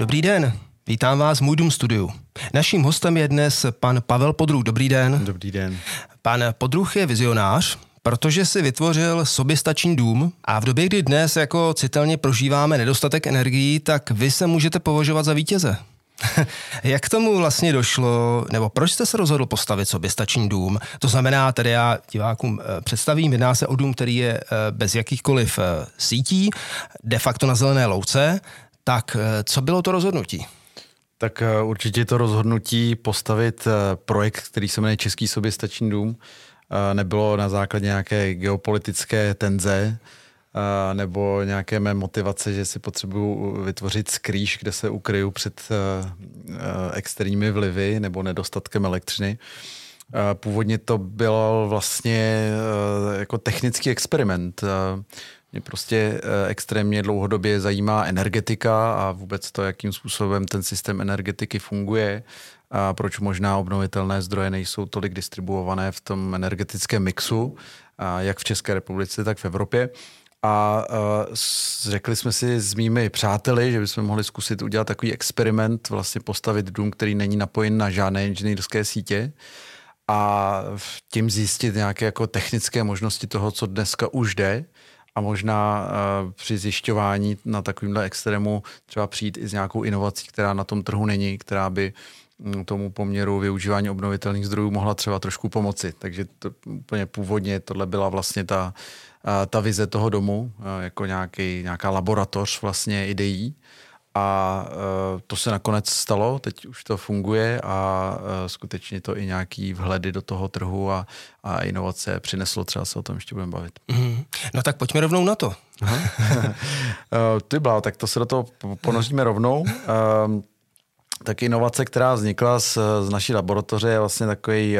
Dobrý den, vítám vás v Můj dům studiu. Naším hostem je dnes pan Pavel Podruh. Dobrý den. Dobrý den. Pan Podruh je vizionář, protože si vytvořil soběstačný dům a v době, kdy dnes jako citelně prožíváme nedostatek energií, tak vy se můžete považovat za vítěze. Jak k tomu vlastně došlo, nebo proč jste se rozhodl postavit soběstačný dům? To znamená, tedy já divákům představím, jedná se o dům, který je bez jakýchkoliv sítí, de facto na zelené louce. Tak co bylo to rozhodnutí? Tak určitě to rozhodnutí postavit projekt, který se jmenuje Český soběstačný dům, nebylo na základě nějaké geopolitické tenze nebo nějaké mé motivace, že si potřebuju vytvořit skrýš, kde se ukryju před externími vlivy nebo nedostatkem elektřiny. Původně to byl vlastně jako technický experiment. Mě prostě extrémně dlouhodobě zajímá energetika a vůbec to, jakým způsobem ten systém energetiky funguje a proč možná obnovitelné zdroje nejsou tolik distribuované v tom energetickém mixu, jak v České republice, tak v Evropě. A řekli jsme si s mými přáteli, že bychom mohli zkusit udělat takový experiment, vlastně postavit dům, který není napojen na žádné inženýrské sítě a tím zjistit nějaké jako technické možnosti toho, co dneska už jde. A možná při zjišťování na takovýmhle extrému třeba přijít i s nějakou inovací, která na tom trhu není, která by tomu poměru využívání obnovitelných zdrojů mohla třeba trošku pomoci. Takže to úplně původně tohle byla vlastně ta vize toho domu, jako nějaká laboratoř vlastně ideí. A to se nakonec stalo, teď už to funguje a skutečně to i nějaký vhledy do toho trhu a inovace přineslo, třeba se o tom ještě budeme bavit. No tak pojďme rovnou na to. Tak to se do toho ponoříme rovnou. Tak inovace, která vznikla z naší laboratoře, je vlastně takový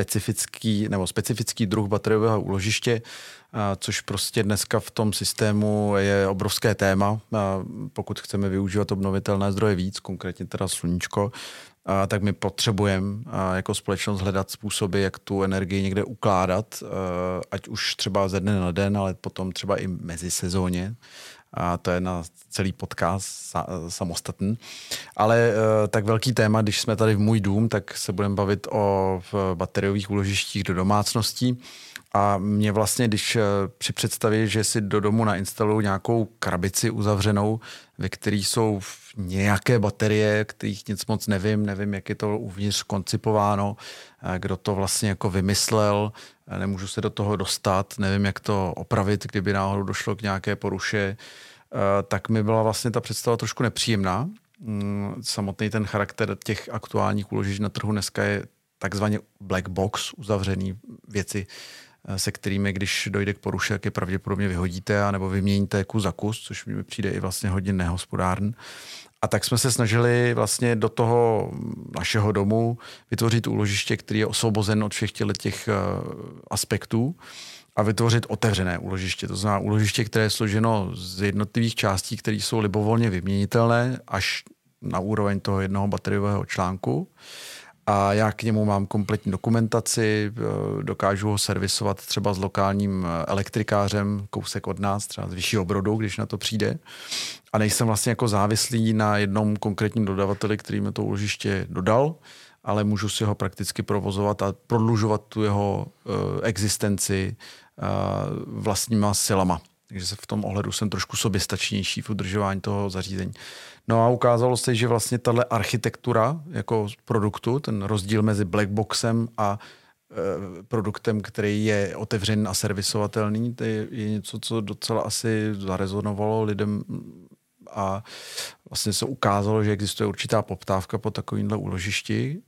specifický druh bateriového úložiště, což prostě dneska v tom systému je obrovské téma. Pokud chceme využívat obnovitelné zdroje víc, konkrétně teda sluníčko, tak my potřebujeme jako společnost hledat způsoby, jak tu energii někde ukládat, ať už třeba ze dne na den, ale potom třeba i mezi sezóně. A to je na celý podcast samostatný. Ale tak velký téma, když jsme tady v Můj dům, tak se budeme bavit o bateriových úložištích do domácností. A mě vlastně, když při představě, že si do domu nainstaluju nějakou krabici uzavřenou, ve které jsou nějaké baterie, kterých nic moc nevím, jak je to uvnitř koncipováno, kdo to vlastně jako vymyslel, nemůžu se do toho dostat, nevím, jak to opravit, kdyby náhodou došlo k nějaké poruše, tak mi byla vlastně ta představa trošku nepříjemná. Samotný ten charakter těch aktuálních úložišť na trhu dneska je takzvaně black box, uzavřený věci, se kterými, když dojde k poruše, jak je pravděpodobně vyhodíte anebo vyměníte kus za kus, což mi přijde i vlastně hodně nehospodárný. A tak jsme se snažili vlastně do toho našeho domu vytvořit úložiště, který je osvobozen od všech těch aspektů a vytvořit otevřené úložiště. To znamená úložiště, které je složeno z jednotlivých částí, které jsou libovolně vyměnitelné až na úroveň toho jednoho bateriového článku. A já k němu mám kompletní dokumentaci, dokážu ho servisovat třeba s lokálním elektrikářem, kousek od nás, třeba z Vyššího Brodu, když na to přijde. A nejsem vlastně jako závislý na jednom konkrétním dodavateli, který mi to úložiště dodal, ale můžu si ho prakticky provozovat a prodlužovat tu jeho existenci vlastníma silama. Takže v tom ohledu jsem trošku soběstačnější v udržování toho zařízení. No a ukázalo se, že vlastně tahle architektura jako produktu, ten rozdíl mezi blackboxem a produktem, který je otevřený a servisovatelný, to je něco, co docela asi zarezonovalo lidem a vlastně se ukázalo, že existuje určitá poptávka po takovýmhle úložišti,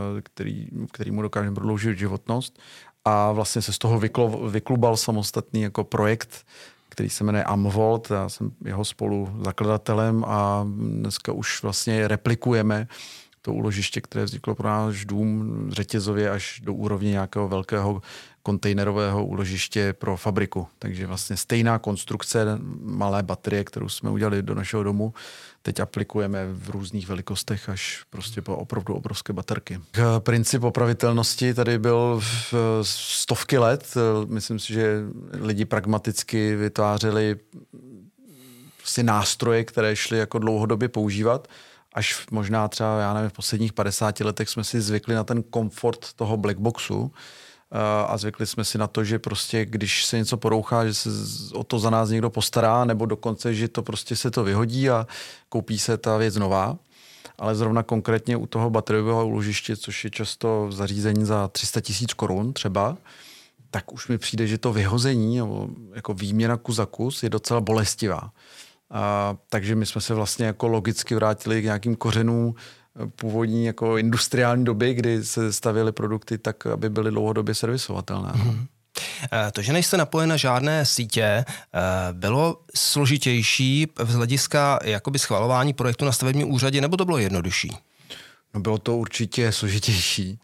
kterýmu dokážeme prodloužit životnost. A vlastně se z toho vyklubal samostatný jako projekt, který se jmenuje Amvolt. Já jsem jeho spoluzakladatelem a dneska už vlastně replikujeme to úložiště, které vzniklo pro náš dům řetězově až do úrovně nějakého velkého kontejnerového úložiště pro fabriku. Takže vlastně stejná konstrukce malé baterie, kterou jsme udělali do našeho domu, teď aplikujeme v různých velikostech až prostě po opravdu obrovské baterky. Princip opravitelnosti tady byl v stovky let. Myslím si, že lidi pragmaticky vytvářeli prostě nástroje, které šly jako dlouhodobě používat až možná třeba, já nevím, v posledních 50 letech jsme si zvykli na ten komfort toho blackboxu a zvykli jsme si na to, že prostě, když se něco porouchá, že se o to za nás někdo postará, nebo dokonce, že to prostě se to vyhodí a koupí se ta věc nová. Ale zrovna konkrétně u toho bateriového úložiště, což je často zařízení za 300 000 korun třeba, tak už mi přijde, že to vyhození nebo jako výměna kus za kus je docela bolestivá. Takže my jsme se vlastně jako logicky vrátili k nějakým kořenům původní jako industriální doby, kdy se stavěly produkty tak, aby byly dlouhodobě servisovatelné. Mm-hmm. To, že nejste napojen na žádné sítě, bylo složitější z hlediska jakoby schvalování projektu na stavebním úřadě, nebo to bylo jednodušší? No bylo to určitě složitější.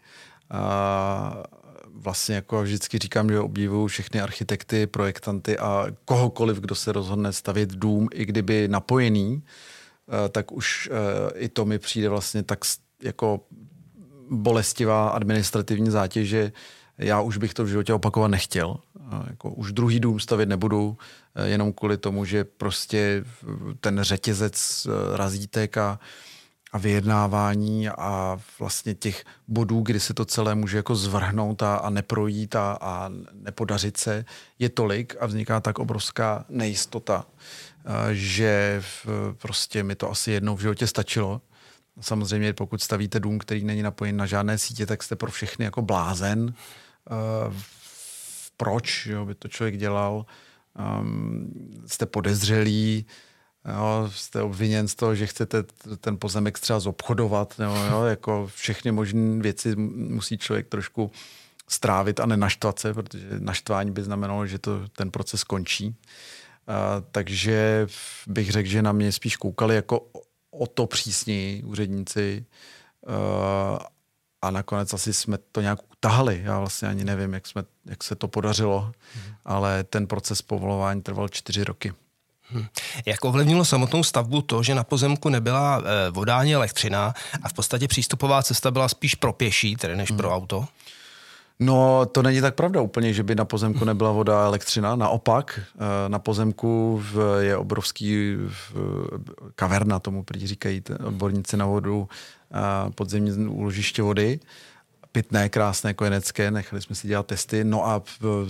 Vlastně jako vždycky říkám, že obdivuju všechny architekty, projektanty a kohokoliv, kdo se rozhodne stavět dům, i kdyby napojený, tak už i to mi přijde vlastně tak jako bolestivá administrativní zátěž, že já už bych to v životě opakovat nechtěl. Jako už druhý dům stavět nebudu, jenom kvůli tomu, že prostě ten řetězec razítek a vyjednávání a vlastně těch bodů, kdy se to celé může jako zvrhnout a neprojít a nepodařit se, je tolik a vzniká tak obrovská nejistota, že prostě mi to asi jednou v životě stačilo. Samozřejmě pokud stavíte dům, který není napojen na žádné sítě, tak jste pro všechny jako blázen. Proč by to člověk dělal? Jste podezřelí, jo, jste obviněn z toho, že chcete ten pozemek třeba zobchodovat, jo, jako všechny možné věci musí člověk trošku strávit a nenaštvat se, protože naštvání by znamenalo, že ten proces končí. Takže bych řekl, že na mě spíš koukali jako o to přísněji úředníci a nakonec asi jsme to nějak utahali. Já vlastně ani nevím, jak se to podařilo, ale ten proces povolování trval 4 roky. Jak ovlivnilo samotnou stavbu to, že na pozemku nebyla voda ani elektřina a v podstatě přístupová cesta byla spíš pro pěší, tedy než pro auto? No, to není tak pravda úplně, že by na pozemku nebyla voda a elektřina. Naopak, na pozemku je obrovský kaverna, tomu prý říkají odborníci na vodu, podzemní úložiště vody, pitné, krásné, kojenecké, nechali jsme si dělat testy, no a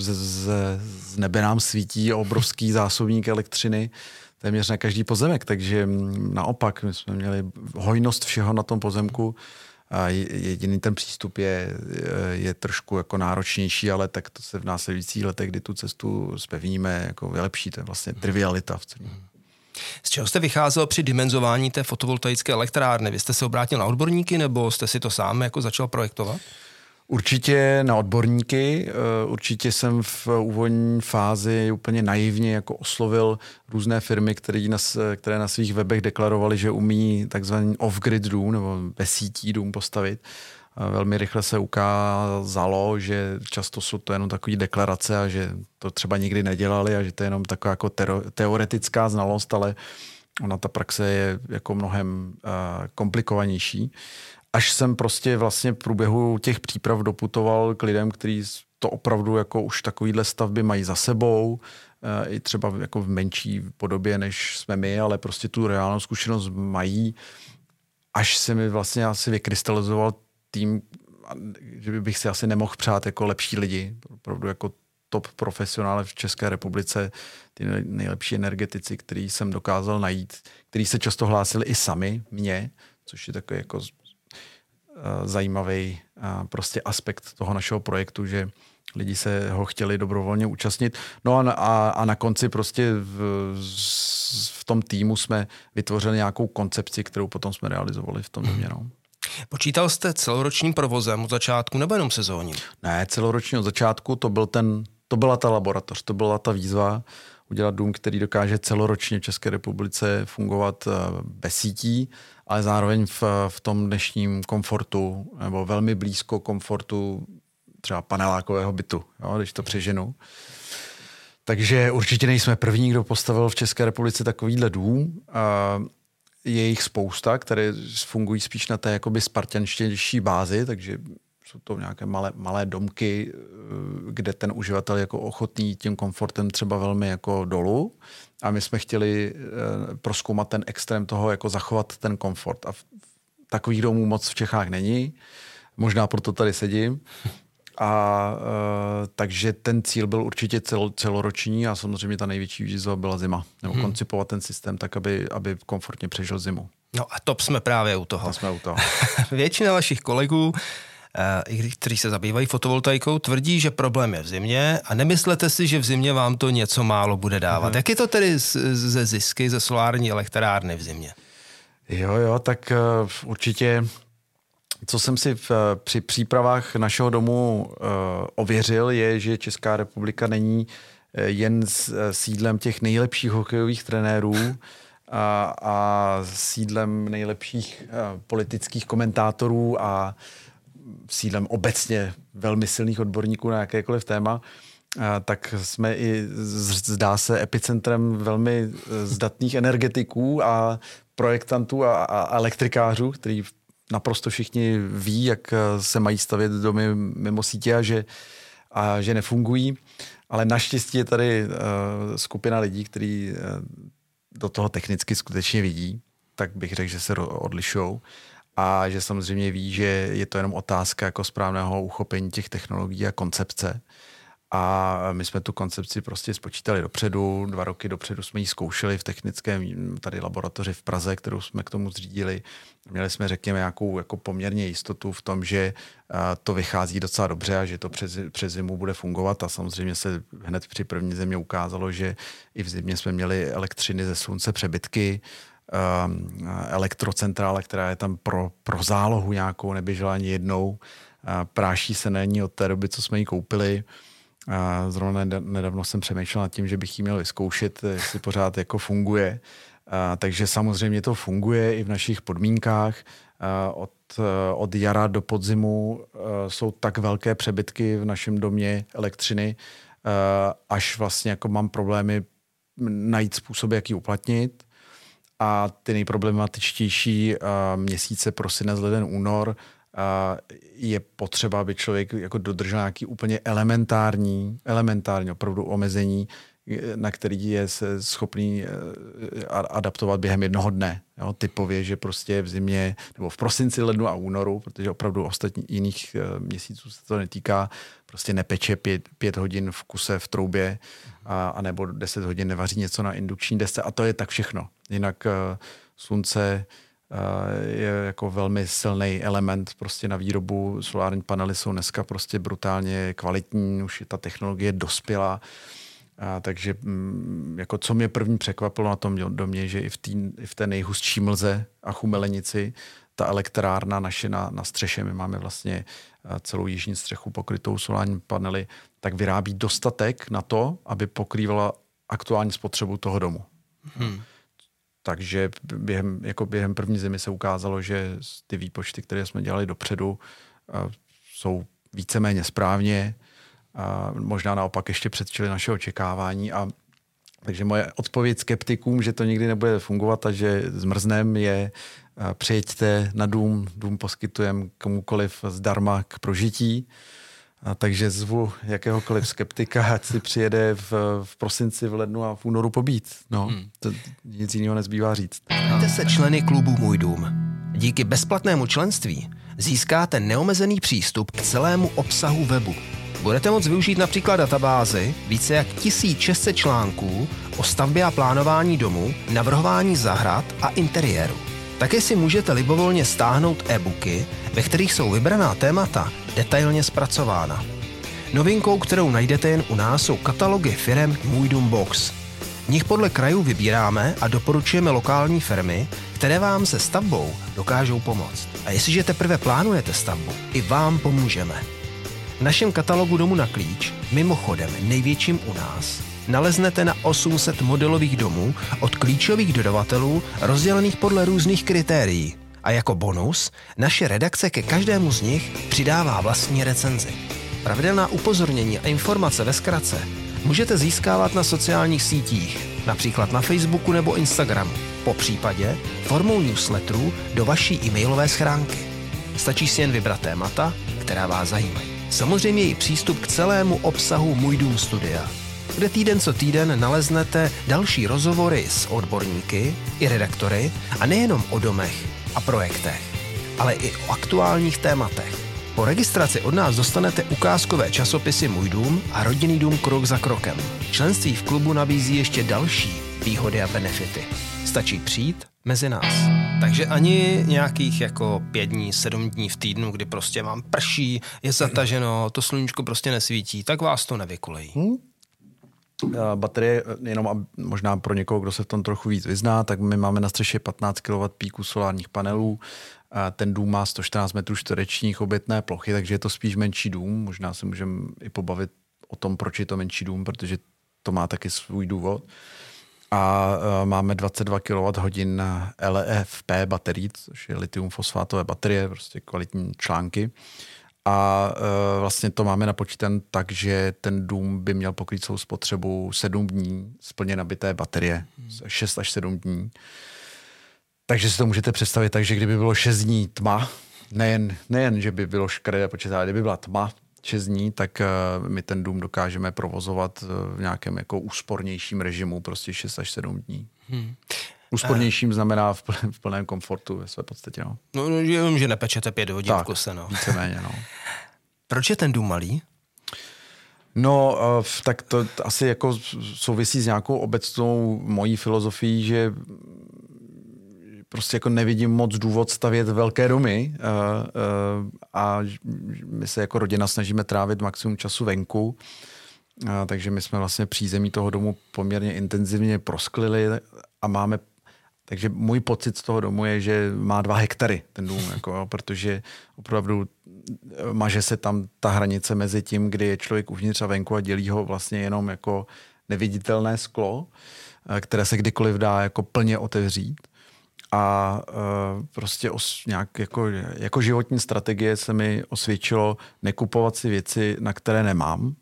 z nebe nám svítí obrovský zásobník elektřiny téměř na každý pozemek, takže naopak my jsme měli hojnost všeho na tom pozemku a jediný ten přístup je trošku jako náročnější, ale tak to se v následujících letech, kdy tu cestu zpevníme, jako vylepší, to je vlastně trivialita v celém. Z čeho jste vycházel při dimenzování té fotovoltaické elektrárny? Vy jste se obrátil na odborníky nebo jste si to sám jako začal projektovat? Určitě na odborníky. Určitě jsem v úvodní fázi úplně naivně jako oslovil různé firmy, které na svých webech deklarovaly, že umí takzvaný off-grid dům nebo bez sítí dům postavit. Velmi rychle se ukázalo, že často jsou to jenom takové deklarace a že to třeba nikdy nedělali a že to je jenom taková jako teoretická znalost, ale ona ta praxe je jako mnohem komplikovanější. Až jsem prostě vlastně v průběhu těch příprav doputoval k lidem, kteří to opravdu jako už takovýhle stavby mají za sebou, i třeba jako v menší podobě, než jsme my, ale prostě tu reálnou zkušenost mají, až se mi vlastně asi vykrystalizoval tým, že bych si asi nemohl přát jako lepší lidi, opravdu jako top profesionále v České republice, ty nejlepší energetici, který jsem dokázal najít, který se často hlásili i sami mě, což je takový jako zajímavý prostě aspekt toho našeho projektu, že lidi se ho chtěli dobrovolně účastnit. No a na konci prostě v tom týmu jsme vytvořili nějakou koncepci, kterou potom jsme realizovali v tom domě. No. Počítal jste celoročním provozem od začátku nebo jenom sezónním? Ne, celoročně od začátku to byla ta laboratoř, to byla ta výzva udělat dům, který dokáže celoročně v České republice fungovat bez sítí, ale zároveň v tom dnešním komfortu, nebo velmi blízko komfortu třeba panelákového bytu, jo, když to přeženu. Takže určitě nejsme první, kdo postavil v České republice takovýhle dům. Je jich spousta, které fungují spíš na té jakoby spartanštější bázi, takže jsou to nějaké malé domky, kde ten uživatel je jako ochotný tím komfortem třeba velmi jako dolů a my jsme chtěli prozkoumat ten extrém toho, jako zachovat ten komfort a takových domů moc v Čechách není, možná proto tady sedím. A takže ten cíl byl určitě celoroční a samozřejmě ta největší výzva byla zima. Nebo koncipovat ten systém tak, aby komfortně přežil zimu. No a to jsme právě u toho. To jsme u toho. Většina vašich kolegů, kteří se zabývají fotovoltaikou, tvrdí, že problém je v zimě a nemyslete si, že v zimě vám to něco málo bude dávat. Jak je to tedy ze zisky ze solární elektrárny v zimě? Jo, tak určitě, co jsem si při přípravách našeho domu ověřil, je, že Česká republika není jen sídlem těch nejlepších hokejových trenérů a sídlem nejlepších politických komentátorů a sídlem obecně velmi silných odborníků na jakékoliv téma, tak jsme i, zdá se, epicentrem velmi zdatných energetiků a projektantů a elektrikářů, kteří naprosto všichni ví, jak se mají stavět domy mimo sítě a že nefungují. Ale naštěstí je tady skupina lidí, kteří do toho technicky skutečně vidí, tak bych řekl, že se odlišou a že samozřejmě ví, že je to jenom otázka jako správného uchopení těch technologií a koncepce. A my jsme tu koncepci prostě spočítali dopředu, 2 roky dopředu jsme ji zkoušeli v technickém tady laboratoři v Praze, kterou jsme k tomu zřídili. Měli jsme, řekněme, nějakou jako poměrně jistotu v tom, že to vychází docela dobře a že to přes zimu bude fungovat. A samozřejmě se hned při první zimě ukázalo, že i v zimě jsme měli elektřiny ze slunce přebytky, elektrocentrála, která je tam pro zálohu nějakou, neběžela ani jednou. Práší se na ní od té doby, co jsme ji koupili. Zrovna nedávno jsem přemýšlel nad tím, že bych ji měl vyzkoušet, jestli pořád jako funguje. Takže samozřejmě to funguje i v našich podmínkách. Od jara do podzimu jsou tak velké přebytky v našem domě elektřiny, až vlastně jako mám problémy najít způsoby, jak ji uplatnit. A ty nejproblematičtější měsíce prosinec, leden, únor je potřeba, aby člověk jako dodržel nějaký úplně elementární opravdu omezení, na který je se schopný adaptovat během jednoho dne. Jo? Typově, že prostě v zimě nebo v prosinci, lednu a únoru, protože opravdu ostatních jiných měsíců se to netýká, prostě nepeče 5 hodin v kuse v troubě a nebo 10 hodin nevaří něco na indukční desce a to je tak všechno. Jinak slunce je jako velmi silný element prostě na výrobu. Solární panely jsou dneska prostě brutálně kvalitní, už ta technologie dospělá. Takže jako co mě první překvapilo na tom domě, že i v té nejhustší mlze a chumelenici ta elektrárna naše na střeše, my máme vlastně celou jižní střechu pokrytou solární panely, tak vyrábí dostatek na to, aby pokrývala aktuální spotřebu toho domu. Takže během první zimy se ukázalo, že ty výpočty, které jsme dělali dopředu, jsou víceméně správně. A možná naopak ještě předčili naše očekávání. Takže moje odpověď skeptikům, že to nikdy nebude fungovat a že zmrznem, je přijeďte na dům poskytujeme komukoliv zdarma k prožití. Takže zvu jakéhokoliv skeptika, ať si přijede v prosinci, v lednu a v únoru pobít. To nic jiného nezbývá říct. Jste se členy klubu Můj dům. Díky bezplatnému členství získáte neomezený přístup k celému obsahu webu. Budete moct využít například databázi více jak 1600 článků o stavbě a plánování domu, navrhování zahrad a interiéru. Také si můžete libovolně stáhnout e-booky, ve kterých jsou vybraná témata detailně zpracována. Novinkou, kterou najdete jen u nás, jsou katalogy firem Můj dům Box. V nich podle krajů vybíráme a doporučujeme lokální firmy, které vám se stavbou dokážou pomoct. A jestliže teprve plánujete stavbu, i vám pomůžeme. V našem katalogu Domu na klíč, mimochodem největším u nás, naleznete na 800 modelových domů od klíčových dodavatelů rozdělených podle různých kritérií. A jako bonus naše redakce ke každému z nich přidává vlastní recenzi. Pravidelná upozornění a informace ve zkratce můžete získávat na sociálních sítích, například na Facebooku nebo Instagramu, popřípadě formou newsletterů do vaší e-mailové schránky. Stačí si jen vybrat témata, která vás zajímají. Samozřejmě i přístup k celému obsahu Můj dům studia, kde týden co týden naleznete další rozhovory s odborníky i redaktory a nejenom o domech a projektech, ale i o aktuálních tématech. Po registraci od nás dostanete ukázkové časopisy Můj dům a Rodinný dům krok za krokem. Členství v klubu nabízí ještě další výhody a benefity. Stačí přijít mezi nás. Takže ani nějakých jako 5 dní, 7 dní v týdnu, kdy prostě vám prší, je zataženo, to sluníčko prostě nesvítí, tak vás to nevykulejí. Baterie, jenom možná pro někoho, kdo se v tom trochu víc vyzná, tak my máme na střeše 15 kW píku solárních panelů. Ten dům má 114 metrů čtverečních obytné plochy, takže je to spíš menší dům. Možná se můžeme i pobavit o tom, proč je to menší dům, protože to má taky svůj důvod. A máme 22 kWh LFP baterií, což je litium-fosfátové baterie, prostě kvalitní články. A vlastně to máme napočítan tak, že ten dům by měl pokrýt svou spotřebu 7 dní z plně nabité baterie. 6 až 7 dní. Takže si to můžete představit tak, že kdyby bylo 6 dní tma, nejen že by bylo škaredé počasí, ale kdyby byla tma 6 dní, tak my ten dům dokážeme provozovat v nějakém jako úspornějším režimu, prostě 6 až 7 dní. Úspornějším znamená v plném komfortu ve své podstatě. No. No, že nepečete 5 hodin tak, v kuse. No. Víceméně, no. Proč je ten dům malý? No, tak to asi jako souvisí s nějakou obecnou mojí filozofií, že prostě jako nevidím moc důvod stavět velké domy a my se jako rodina snažíme trávit maximum času venku, takže my jsme vlastně přízemí toho domu poměrně intenzivně prosklili a máme. Takže můj pocit z toho domu je, že má 2 hektary ten dům, jako, protože opravdu maže se tam ta hranice mezi tím, kdy je člověk uvnitř a venku a dělí ho vlastně jenom jako neviditelné sklo, které se kdykoliv dá jako plně otevřít. A prostě nějak jako životní strategie se mi osvědčilo nekupovat si věci, na které nemám,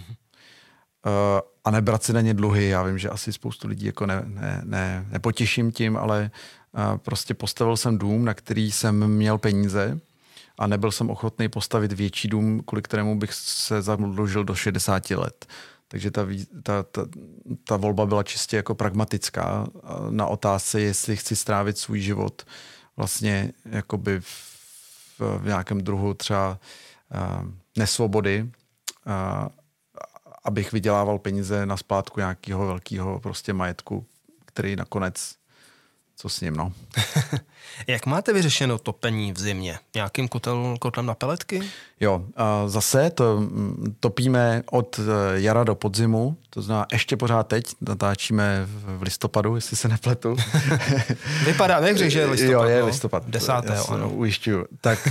a nebrat si na ně dluhy. Já vím, že asi spoustu lidí jako nepotěším tím, ale prostě postavil jsem dům, na který jsem měl peníze a nebyl jsem ochotný postavit větší dům, kvůli kterému bych se zadlužil do 60 let. Takže ta volba byla čistě jako pragmatická na otázce, jestli chci strávit svůj život vlastně jakoby v nějakém druhu třeba nesvobody, abych vydělával peníze na splátku nějakého velkého prostě majetku, který nakonec, co s ním, no. Jak máte vyřešeno topení v zimě? Nějakým kotlem na peletky? Jo, zase to topíme od jara do podzimu, to znamená ještě pořád teď, natáčíme v listopadu, jestli se nepletu. Vypadá, neřek, že je listopad. Jo, je listopad. 10. ano. Ujišťuju. Tak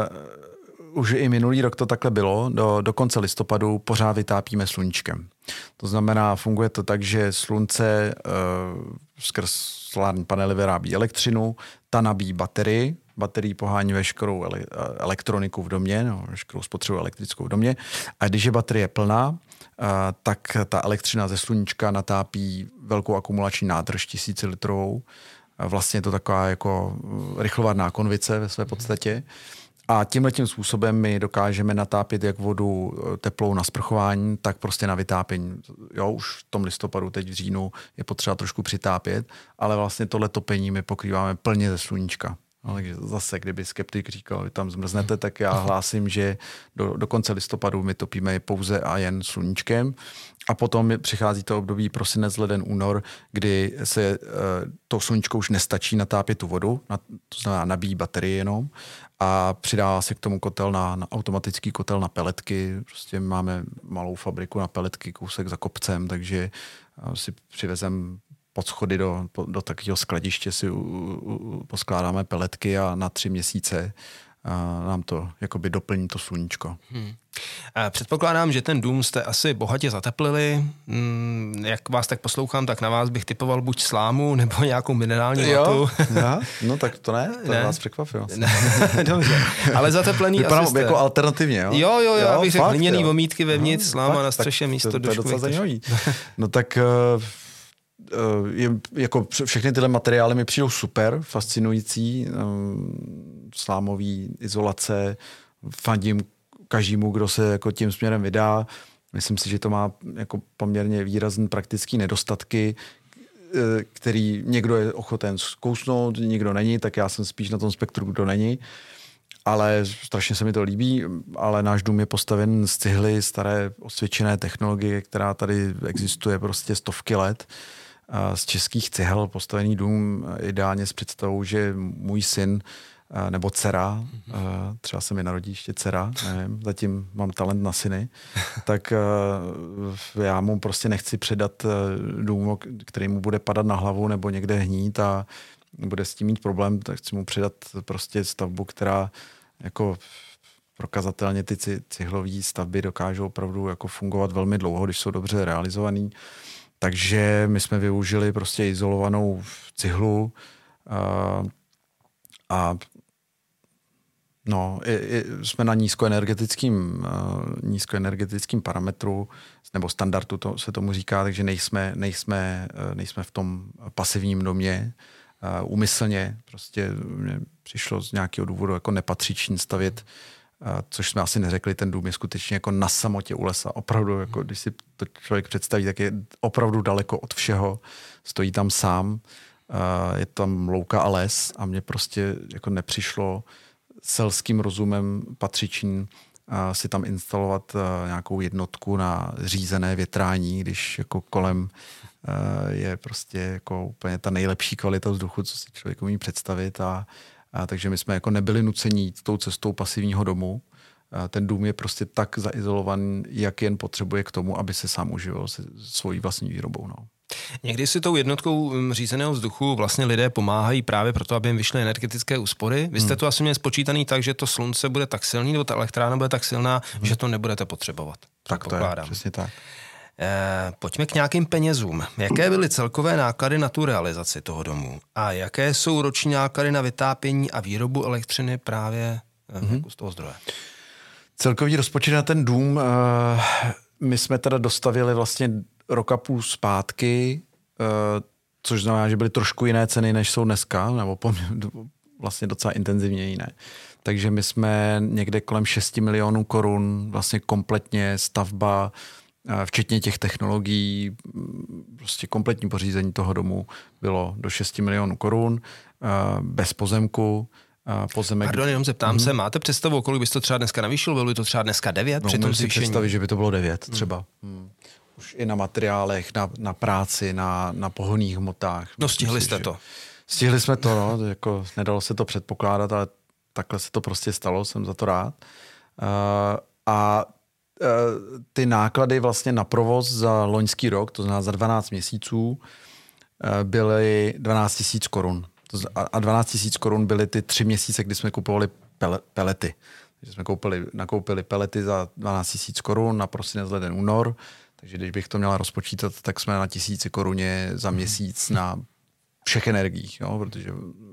už i minulý rok to takhle bylo, do konce listopadu pořád vytápíme sluníčkem. To znamená, funguje to tak, že slunce skrz solární panely vyrábí elektřinu, ta nabíjí baterii pohání veškerou elektroniku v domě, veškerou spotřebu elektrickou v domě. A když je baterie plná, tak ta elektřina ze sluníčka natápí velkou akumulační nádrž 1000 litrovou. Vlastně je to taková jako rychlovarná konvice ve své podstatě. A tímhletím způsobem my dokážeme natápět jak vodu teplou na sprchování, tak prostě na vytápění. Jo, už v tom listopadu, teď v říjnu je potřeba trošku přitápět, ale vlastně tohle topení my pokrýváme plně ze sluníčka. No, takže zase, kdyby skeptik říkal, vy tam zmrznete, tak já hlásím, že do konce listopadu my topíme pouze a jen sluníčkem. A potom přichází to období prosinec, leden, únor, kdy se to sluníčko už nestačí natápět tu vodu, to znamená nabíjí baterii jenom a přidává se k tomu kotel na automatický kotel na peletky. Prostě máme malou fabriku na peletky, kousek za kopcem, takže si přivezem pod schody do takového skladiště si poskládáme peletky a na 3 měsíce nám to jakoby doplní to sluníčko. Předpokládám, že ten dům jste asi bohatě zateplili. Jak vás tak poslouchám, tak na vás bych typoval buď slámu nebo nějakou minerální vatu. No tak to ne, to vás překvapilo. Dobře, ale zateplený vypadám asi jste. Jako alternativně, jo? Jo, já bych řekl hliněný vomítky vevnitř, sláma na střeše místo do docela zajímavý. No tak jako všechny tyhle materiály mi přijdou super, fascinující, slámový izolace, fandím každému, kdo se jako tím směrem vydá. Myslím si, že to má jako poměrně výrazné praktické nedostatky, který někdo je ochoten zkousnout, někdo není, tak já jsem spíš na tom spektru, kdo není. Ale strašně se mi to líbí, ale náš dům je postaven z cihly, staré osvědčené technologie, která tady existuje prostě stovky let. Z českých cihel postavený dům ideálně s představou, že můj syn nebo dcera, třeba se mi narodí ještě dcera, nevím, zatím mám talent na syny, tak já mu prostě nechci předat dům, který mu bude padat na hlavu nebo někde hnít a bude s tím mít problém, tak chci mu předat prostě stavbu, která jako prokazatelně ty cihlové stavby dokážou opravdu jako fungovat velmi dlouho, když jsou dobře realizovaný. Takže my jsme využili prostě izolovanou cihlu a jsme na nízkoenergetickým parametru nebo standardu, to se tomu říká, takže nejsme v tom pasivním domě. Úmyslně prostě mě přišlo z nějakého důvodu jako nepatřičný stavět, což jsme asi neřekli, ten dům je skutečně jako na samotě u lesa. Opravdu, jako když si to člověk představí, tak je opravdu daleko od všeho. Stojí tam sám, je tam louka a les a mně prostě jako nepřišlo selským rozumem patřičný si tam instalovat nějakou jednotku na řízené větrání, když jako kolem je prostě jako úplně ta nejlepší kvalita vzduchu, co si člověk umí představit a takže my jsme jako nebyli nuceni jít tou cestou pasivního domu. Ten dům je prostě tak zaizolovaný, jak jen potřebuje k tomu, aby se sám uživil se svojí vlastní výrobou. No. Někdy si tou jednotkou řízeného vzduchu vlastně lidé pomáhají právě proto, aby jim vyšly energetické úspory. Vy jste to asi měli spočítaný tak, že to slunce bude tak silný, nebo ta elektrárna bude tak silná, že to nebudete potřebovat. Tak to je, přesně tak. Pojďme k nějakým penězům. Jaké byly celkové náklady na tu realizaci toho domu? A jaké jsou roční náklady na vytápění a výrobu elektřiny právě z toho zdroje? Celkový rozpočet na ten dům, my jsme teda dostavili vlastně rok a půl zpátky, což znamená, že byly trošku jiné ceny, než jsou dneska, nebo vlastně docela intenzivně jiné. Takže my jsme někde kolem 6 milionů korun, vlastně kompletně stavba, včetně těch technologií, prostě kompletní pořízení toho domu bylo do 6 milionů korun, bez pozemku. Pozemek. Pardon, jenom zeptám se, máte představu, kolik bys to třeba dneska navýšil? Bylo by to třeba dneska 9 při tom zvýšení? Představit, že by to bylo 9 třeba. Už i na materiálech, na práci, na pohonných hmotách. No stihli jste to. Stihli jsme to, no, jako nedalo se to předpokládat, ale takhle se to prostě stalo, jsem za to rád. Ty náklady vlastně na provoz za loňský rok, to znamená za 12 měsíců, byly 12 000 korun. A 12 000 korun byly ty 3 měsíce, kdy jsme kupovali pelety. Takže jsme nakoupili pelety za 12 000 korun na prosinec, leden, únor. Takže když bych to měla rozpočítat, tak jsme na 1000 koruně za měsíc na všech energiích, jo? Protože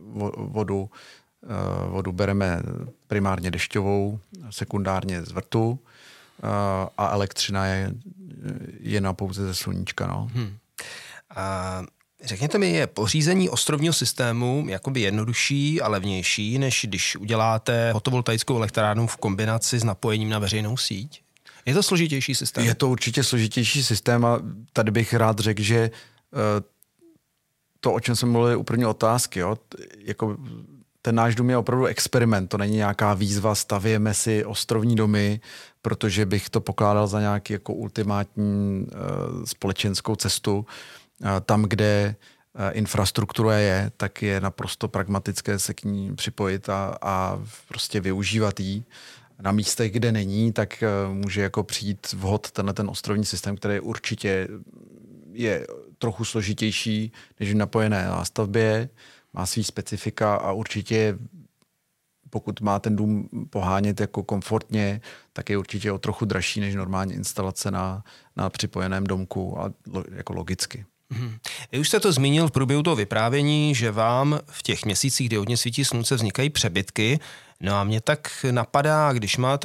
vodu bereme primárně dešťovou, sekundárně z vrtu a elektřina je na pouze ze sluníčka. No. Řekněte mi, je pořízení ostrovního systému jakoby jednodušší a levnější, než když uděláte fotovoltaickou elektrárnu v kombinaci s napojením na veřejnou síť? Je to složitější systém? Je to určitě složitější systém a tady bych rád řekl, že to, o čem jsme mluvili u první otázky, jo, jako ten náš dům je opravdu experiment, to není nějaká výzva, stavějeme si ostrovní domy, protože bych to pokládal za nějaký jako ultimátní společenskou cestu. Tam, kde infrastruktura je, tak je naprosto pragmatické se k ní připojit a prostě využívat ji. Na místech, kde není, tak může jako přijít vhod ten ostrovní systém, který určitě je trochu složitější než napojené na stavbě, má svý specifika a určitě pokud má ten dům pohánět jako komfortně, tak je určitě o trochu dražší než normální instalace na připojeném domku a jako logicky. Vy už jste to zmínil v průběhu toho vyprávění, že vám v těch měsících, kdy hodně svítí slunce, vznikají přebytky. No a mě tak napadá, když máte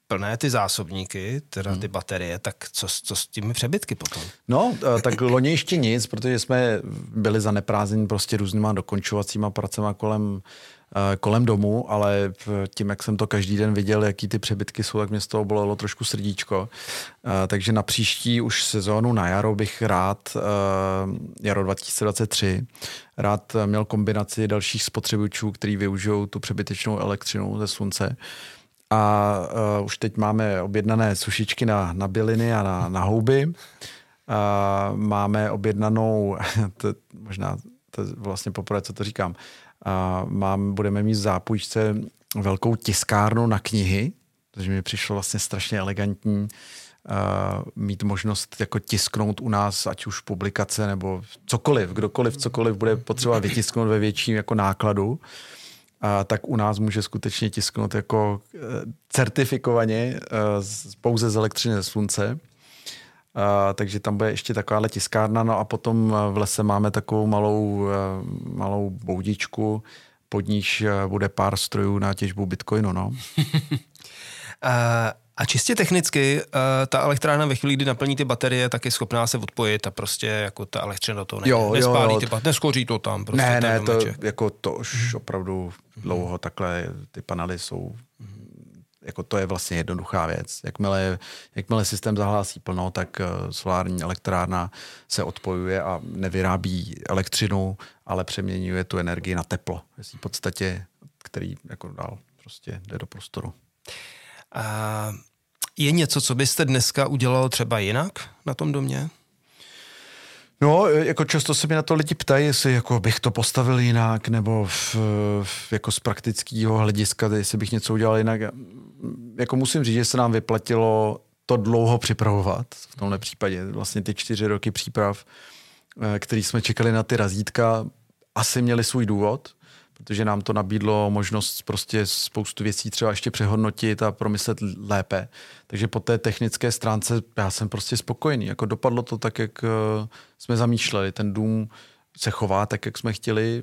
plné ty zásobníky, teda ty baterie, tak co s těmi přebytky potom? No, tak loni ještě nic, protože jsme byli zaneprázdněni prostě různýma dokončovacíma pracema kolem domu, ale tím, jak jsem to každý den viděl, jaký ty přebytky jsou, tak mě z toho bolelo trošku srdíčko. Takže na příští už sezónu na jaro bych rád, jaro 2023, rád měl kombinaci dalších spotřebičů, který využijou tu přebytečnou elektřinu ze slunce. A už teď máme objednané sušičky na byliny a na houby. Máme objednanou, možná to je vlastně poprvé, co to říkám, budeme mít v zápůjčce velkou tiskárnu na knihy, takže mi přišlo vlastně strašně elegantní mít možnost jako tisknout u nás, ať už publikace nebo cokoliv bude potřeba vytisknout ve větším jako nákladu, tak u nás může skutečně tisknout jako certifikovaně pouze z elektřiny ze slunce. Takže tam bude ještě takováhle tiskárna, no a potom v lese máme takovou malou boudičku, pod níž bude pár strojů na těžbu bitcoinu, no. A čistě technicky ta elektrárna ve chvíli, kdy naplní ty baterie, tak je schopná se odpojit a prostě jako ta elektřina do toho nespálí ty baterie, neschoří to tam. Prostě ne, to už opravdu dlouho takhle ty panely jsou. Jako to je vlastně jednoduchá věc. Jakmile systém zahlásí plno, tak solární elektrárna se odpojuje a nevyrábí elektřinu, ale přeměňuje tu energii na teplo. V podstatě, který jako dál prostě jde do prostoru. Je něco, co byste dneska udělal třeba jinak na tom domě? No, jako často se mi na to lidi ptají, jestli jako bych to postavil jinak, nebo jako z praktického hlediska, jestli bych něco udělal jinak. Jako musím říct, že se nám vyplatilo to dlouho připravovat v tomhle případě. Vlastně ty 4 roky příprav, který jsme čekali na ty razítka, asi měli svůj důvod, protože nám to nabídlo možnost prostě spoustu věcí třeba ještě přehodnotit a promyslet lépe. Takže po té technické stránce já jsem prostě spokojený. Jako dopadlo to tak, jak jsme zamýšleli. Ten dům se chová tak, jak jsme chtěli.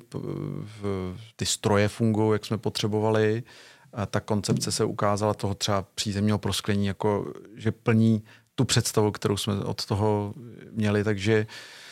Ty stroje fungují, jak jsme potřebovali. A ta koncepce se ukázala toho třeba přízemního prosklení, jako, že plní tu představu, kterou jsme od toho měli. Takže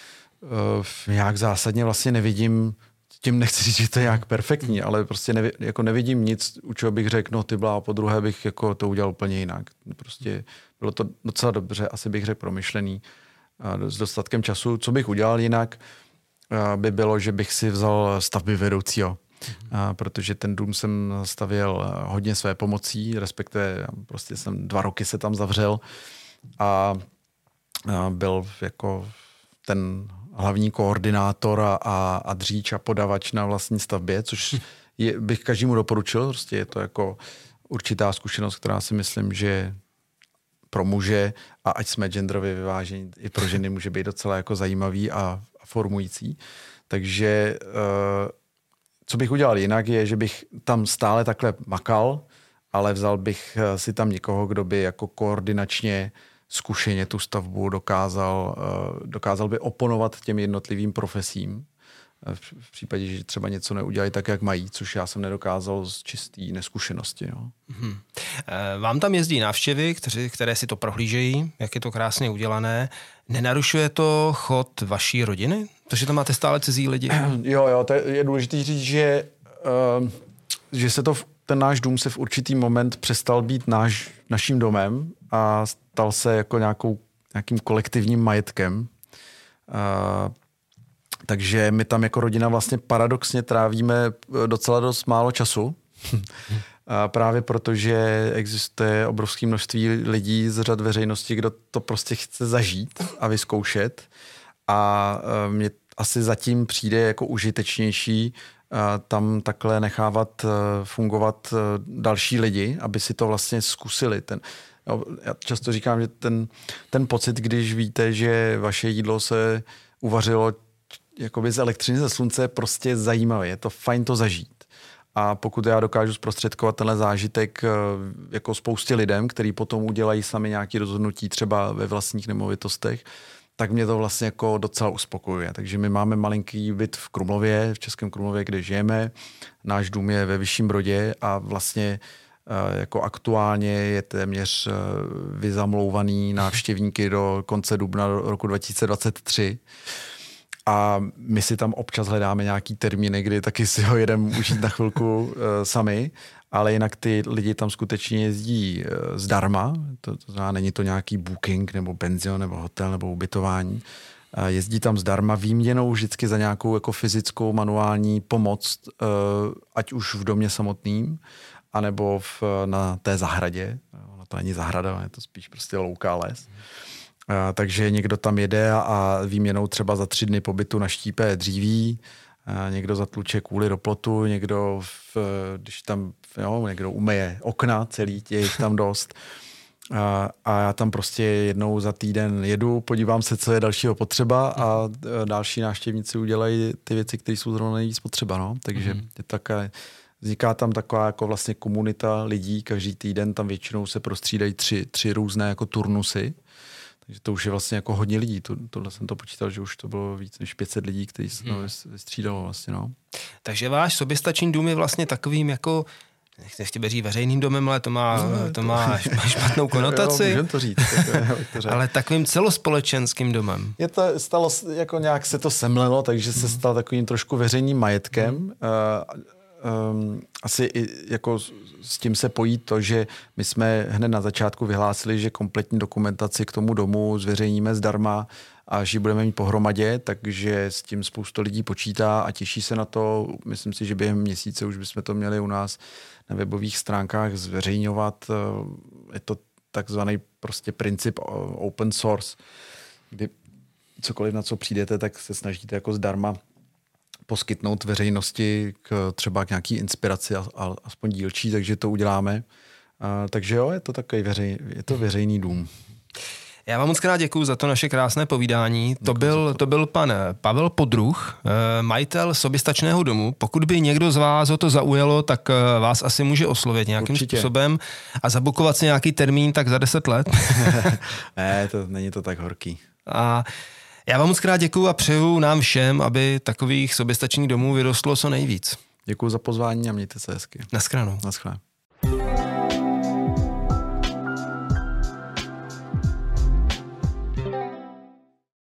nějak zásadně vlastně nevidím, tím nechci říct, že to je nějak perfektní, ale prostě nevidím nic, u čeho bych řekl, no ty blá, po druhé bych jako to udělal úplně jinak. Prostě bylo to docela dobře, asi bych řekl promyšlený s dostatkem času. Co bych udělal jinak, by bylo, že bych si vzal stavby vedoucího. Protože ten dům jsem stavěl hodně své pomocí, respektive prostě jsem 2 roky se tam zavřel a byl jako ten hlavní koordinátor a dříč a podavač na vlastní stavbě, což bych každému doporučil. Prostě je to jako určitá zkušenost, která si myslím, že pro muže, a ať jsme genderově vyvážení, i pro ženy může být docela jako zajímavý a formující. Takže co bych udělal jinak, je, že bych tam stále takhle makal, ale vzal bych si tam někoho, kdo by jako koordinačně zkušeně tu stavbu dokázal by oponovat těm jednotlivým profesím. V případě, že třeba něco neudělají tak, jak mají, což já jsem nedokázal z čistý neskušenosti. No. Vám tam jezdí návštěvy, které si to prohlížejí, jak je to krásně udělané. Nenarušuje to chod vaší rodiny? Protože tam máte stále cizí lidi? Jo, to je důležité říct, že se to ten náš dům se v určitý moment přestal být naším domem a stal se jako nějakým kolektivním majetkem. Takže my tam jako rodina vlastně paradoxně trávíme docela dost málo času. Právě protože existuje obrovské množství lidí z řad veřejnosti, kdo to prostě chce zažít a vyzkoušet. A mně asi zatím přijde jako užitečnější tam takhle nechávat fungovat další lidi, aby si to vlastně zkusili. Já často říkám, že ten pocit, když víte, že vaše jídlo se uvařilo jakoby z elektřiny ze slunce, je prostě zajímavé. Je to fajn to zažít. A pokud já dokážu zprostředkovat tenhle zážitek jako spoustě lidem, kteří potom udělají sami nějaké rozhodnutí třeba ve vlastních nemovitostech, tak mě to vlastně jako docela uspokojuje. Takže my máme malinký byt v Krumlově, v Českém Krumlově, kde žijeme. Náš dům je ve Vyšším Brodě a vlastně jako aktuálně je téměř vyzamlouvaný návštěvníky do konce dubna roku 2023. A my si tam občas hledáme nějaký termíny, kdy taky si ho jedeme užít na chvilku sami, ale jinak ty lidi tam skutečně jezdí zdarma, to znamená, není to nějaký booking nebo penzion nebo hotel nebo ubytování. Jezdí tam zdarma výměnou vždycky za nějakou jako fyzickou manuální pomoc, ať už v domě samotným, anebo na té zahradě. Ona to není zahrada, je to spíš prostě louka a les. Takže někdo tam jede a výměnou třeba za 3 dny pobytu naštípe dříví, někdo zatluče kůly do plotu, někdo, když tam, někdo umyje okna, celý těch tam dost. A já tam prostě jednou za týden jedu, podívám se, co je dalšího potřeba a další návštěvníci udělají ty věci, které jsou zrovna nejvíc potřeba. No? Takže vzniká tam taková jako vlastně komunita lidí, každý týden tam většinou se prostřídají 3 různé jako turnusy. Takže to už je vlastně jako hodně lidí. Tohle jsem to počítal, že už to bylo víc než 500 lidí, kteří se vystřídalo vlastně. No. Takže váš soběstačný dům je vlastně takovým jako, nechci říct veřejným domem, ale to má špatnou konotaci. Můžem to říct. Ale takovým celospolečenským domem. Je to stalo, jako nějak se to semlelo, takže se stal takovým trošku veřejným majetkem. Asi i jako s tím se pojí to, že my jsme hned na začátku vyhlásili, že kompletní dokumentaci k tomu domu zveřejníme zdarma a že ji budeme mít pohromadě, takže s tím spoustu lidí počítá a těší se na to. Myslím si, že během měsíce už bychom to měli u nás na webových stránkách zveřejňovat. Je to takzvaný prostě princip open source, kdy cokoliv, na co přijdete, tak se snažíte jako zdarma poskytnout veřejnosti třeba k nějaký inspiraci, aspoň dílčí, takže to uděláme. Takže jo, je to takový veřejný dům. Já vám moc krát děkuju za to naše krásné povídání. To byl pan Pavel Podruh, majitel soběstačného domu. Pokud by někdo z vás o to zaujalo, tak vás asi může oslovit nějakým způsobem a zabukovat si nějaký termín tak za 10 let. Ne, není to tak horký. A já vám moc krát děkuju a přeju nám všem, aby takových soběstačných domů vyrostlo co nejvíc. Děkuju za pozvání a mějte se hezky. Naschledanou. Naschle.